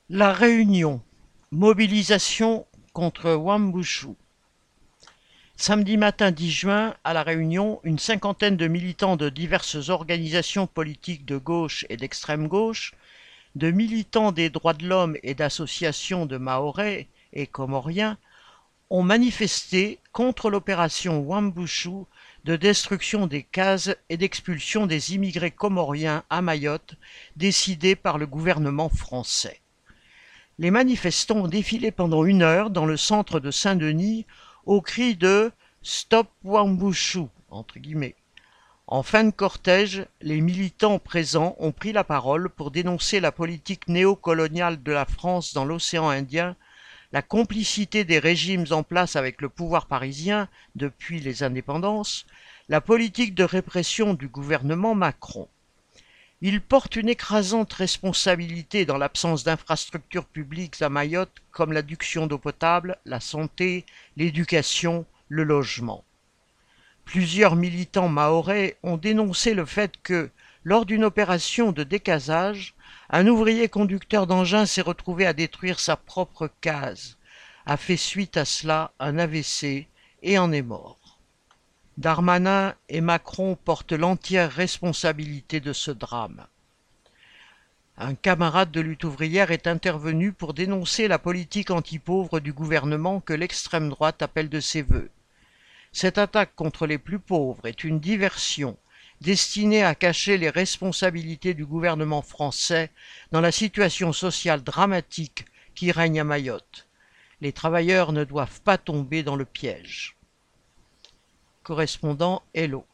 La Réunion, mobilisation contre Wambushu. Samedi matin 10 juin, à La Réunion, une cinquantaine de militants de diverses organisations politiques de gauche et d'extrême gauche, de militants des droits de l'homme et d'associations de Mahorais et Comoriens ont manifesté contre l'opération Wambushu de destruction des cases et d'expulsion des immigrés comoriens à Mayotte décidée par le gouvernement français. Les manifestants ont défilé pendant 1 heure dans le centre de Saint-Denis au cri de Stop Wambushu entre guillemets. En fin de cortège, les militants présents ont pris la parole pour dénoncer la politique néocoloniale de la France dans l'océan Indien, la complicité des régimes en place avec le pouvoir parisien depuis les indépendances, la politique de répression du gouvernement Macron. Ils portent une écrasante responsabilité dans l'absence d'infrastructures publiques à Mayotte comme l'adduction d'eau potable, la santé, l'éducation, le logement. Plusieurs militants mahorais ont dénoncé le fait que, lors d'une opération de décasage, un ouvrier conducteur d'engin s'est retrouvé à détruire sa propre case, a fait suite à cela un AVC et en est mort. Darmanin et Macron portent l'entière responsabilité de ce drame. Un camarade de lutte ouvrière est intervenu pour dénoncer la politique anti-pauvre du gouvernement que l'extrême droite appelle de ses vœux. Cette attaque contre les plus pauvres est une diversion destinée à cacher les responsabilités du gouvernement français dans la situation sociale dramatique qui règne à Mayotte. Les travailleurs ne doivent pas tomber dans le piège. Correspondant Hello.